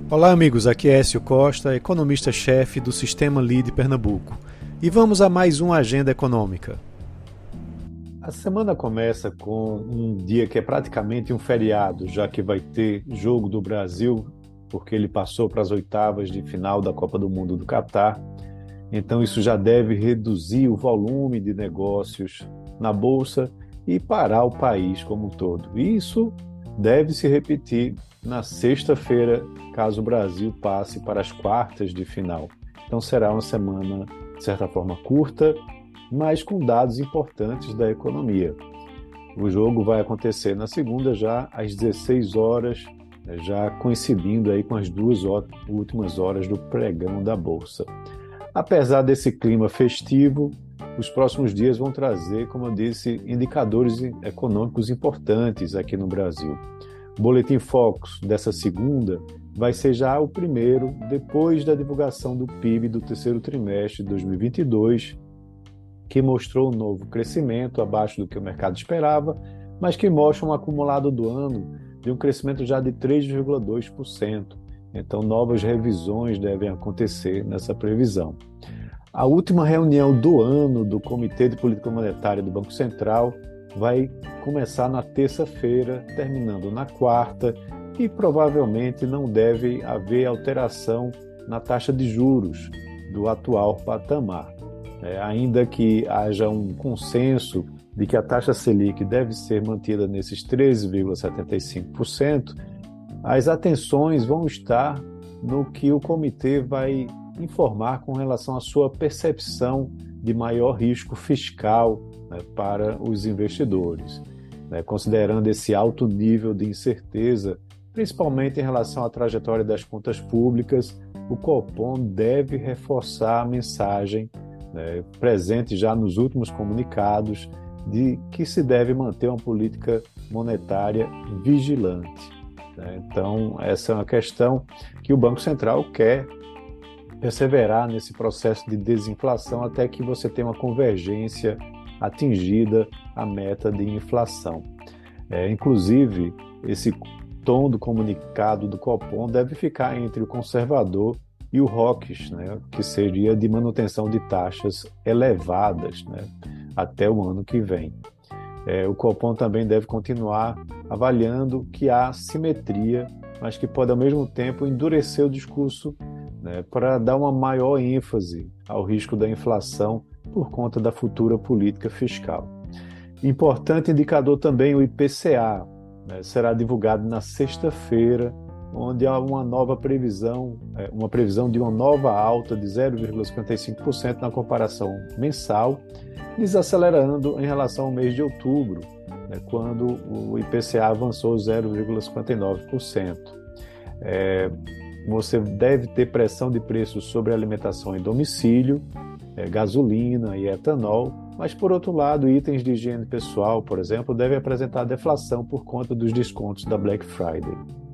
Olá amigos, aqui é Écio Costa, economista-chefe do Sistema Lead Pernambuco. E vamos a mais uma agenda econômica. A semana começa com um dia que é praticamente um feriado, já que vai ter jogo do Brasil, porque ele passou para as oitavas de final da Copa do Mundo do Catar. Então isso já deve reduzir o volume de negócios na Bolsa e parar o país como um todo. E isso deve se repetir na sexta-feira, caso o Brasil passe para as quartas de final. Então será uma semana, de certa forma, curta, mas com dados importantes da economia. O jogo vai acontecer na segunda, já às 16 horas, já coincidindo aí com as últimas horas do pregão da Bolsa. Apesar desse clima festivo, os próximos dias vão trazer, como eu disse, indicadores econômicos importantes aqui no Brasil. O Boletim Focus dessa segunda vai ser já o primeiro depois da divulgação do PIB do terceiro trimestre de 2022, que mostrou um novo crescimento abaixo do que o mercado esperava, mas que mostra um acumulado do ano de um crescimento já de 3,2%. Então, novas revisões devem acontecer nessa previsão. A última reunião do ano do Comitê de Política Monetária do Banco Central vai começar na terça-feira, terminando na quarta, e provavelmente não deve haver alteração na taxa de juros do atual patamar. Ainda que haja um consenso de que a taxa Selic deve ser mantida nesses 13,75%, as atenções vão estar no que o comitê vai informar com relação à sua percepção de maior risco fiscal, para os investidores. Considerando esse alto nível de incerteza, principalmente em relação à trajetória das contas públicas, o Copom deve reforçar a mensagem presente já nos últimos comunicados de que se deve manter uma política monetária vigilante. Então, essa é uma questão que o Banco Central quer perseverar nesse processo de desinflação até que você tenha uma convergência atingida a meta de inflação. Inclusive, esse tom do comunicado do Copom deve ficar entre o conservador e o hawkish, que seria de manutenção de taxas elevadas, até o ano que vem. O Copom também deve continuar avaliando que há simetria, mas que pode, ao mesmo tempo, endurecer o discurso para dar uma maior ênfase ao risco da inflação por conta da futura política fiscal. Importante indicador também o IPCA, será divulgado na sexta-feira, onde há uma nova previsão, uma previsão de uma nova alta de 0,55% na comparação mensal, desacelerando em relação ao mês de outubro, quando o IPCA avançou 0,59%. Você deve ter pressão de preços sobre alimentação em domicílio, gasolina e etanol, mas, por outro lado, itens de higiene pessoal, por exemplo, devem apresentar deflação por conta dos descontos da Black Friday.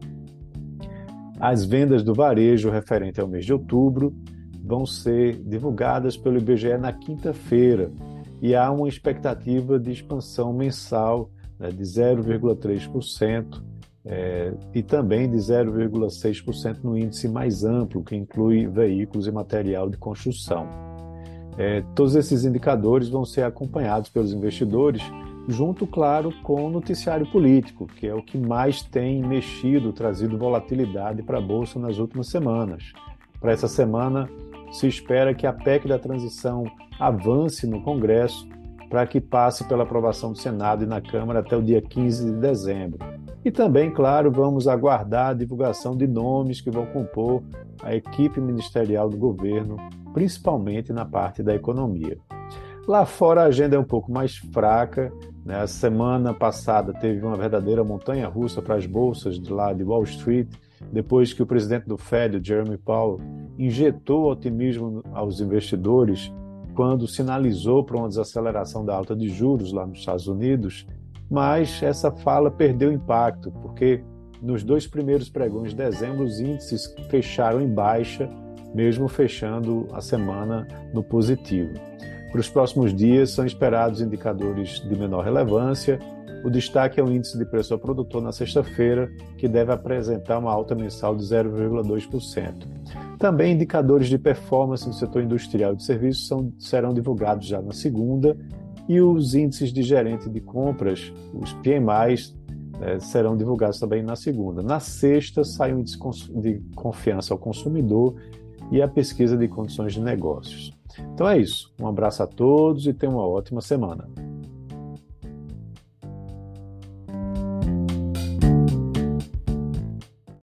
As vendas do varejo referente ao mês de outubro vão ser divulgadas pelo IBGE na quinta-feira e há uma expectativa de expansão mensal de 0,3%, e também de 0,6% no índice mais amplo, que inclui veículos e material de construção. Todos esses indicadores vão ser acompanhados pelos investidores, junto, claro, com o noticiário político, que é o que mais tem mexido, trazido volatilidade para a Bolsa nas últimas semanas. Para essa semana, se espera que a PEC da transição avance no Congresso para que passe pela aprovação do Senado e na Câmara até o dia 15 de dezembro. E também, claro, vamos aguardar a divulgação de nomes que vão compor a equipe ministerial do governo, principalmente na parte da economia. Lá fora a agenda é um pouco mais fraca, A semana passada teve uma verdadeira montanha-russa para as bolsas de lá de Wall Street, depois que o presidente do Fed, Jeremy Powell, injetou otimismo aos investidores quando sinalizou para uma desaceleração da alta de juros lá nos Estados Unidos, mas essa fala perdeu impacto, porque nos 2 primeiros pregões de dezembro os índices fecharam em baixa, mesmo fechando a semana no positivo. Para os próximos dias são esperados indicadores de menor relevância, O destaque é o índice de preço ao produtor na sexta-feira, que deve apresentar uma alta mensal de 0,2%. Também indicadores de performance no setor industrial e de serviços serão divulgados já na segunda, e os índices de gerente de compras, os PMIs, serão divulgados também na segunda. Na sexta, sai o índice de confiança ao consumidor e a pesquisa de condições de negócios. Então é isso. Um abraço a todos e tenham uma ótima semana.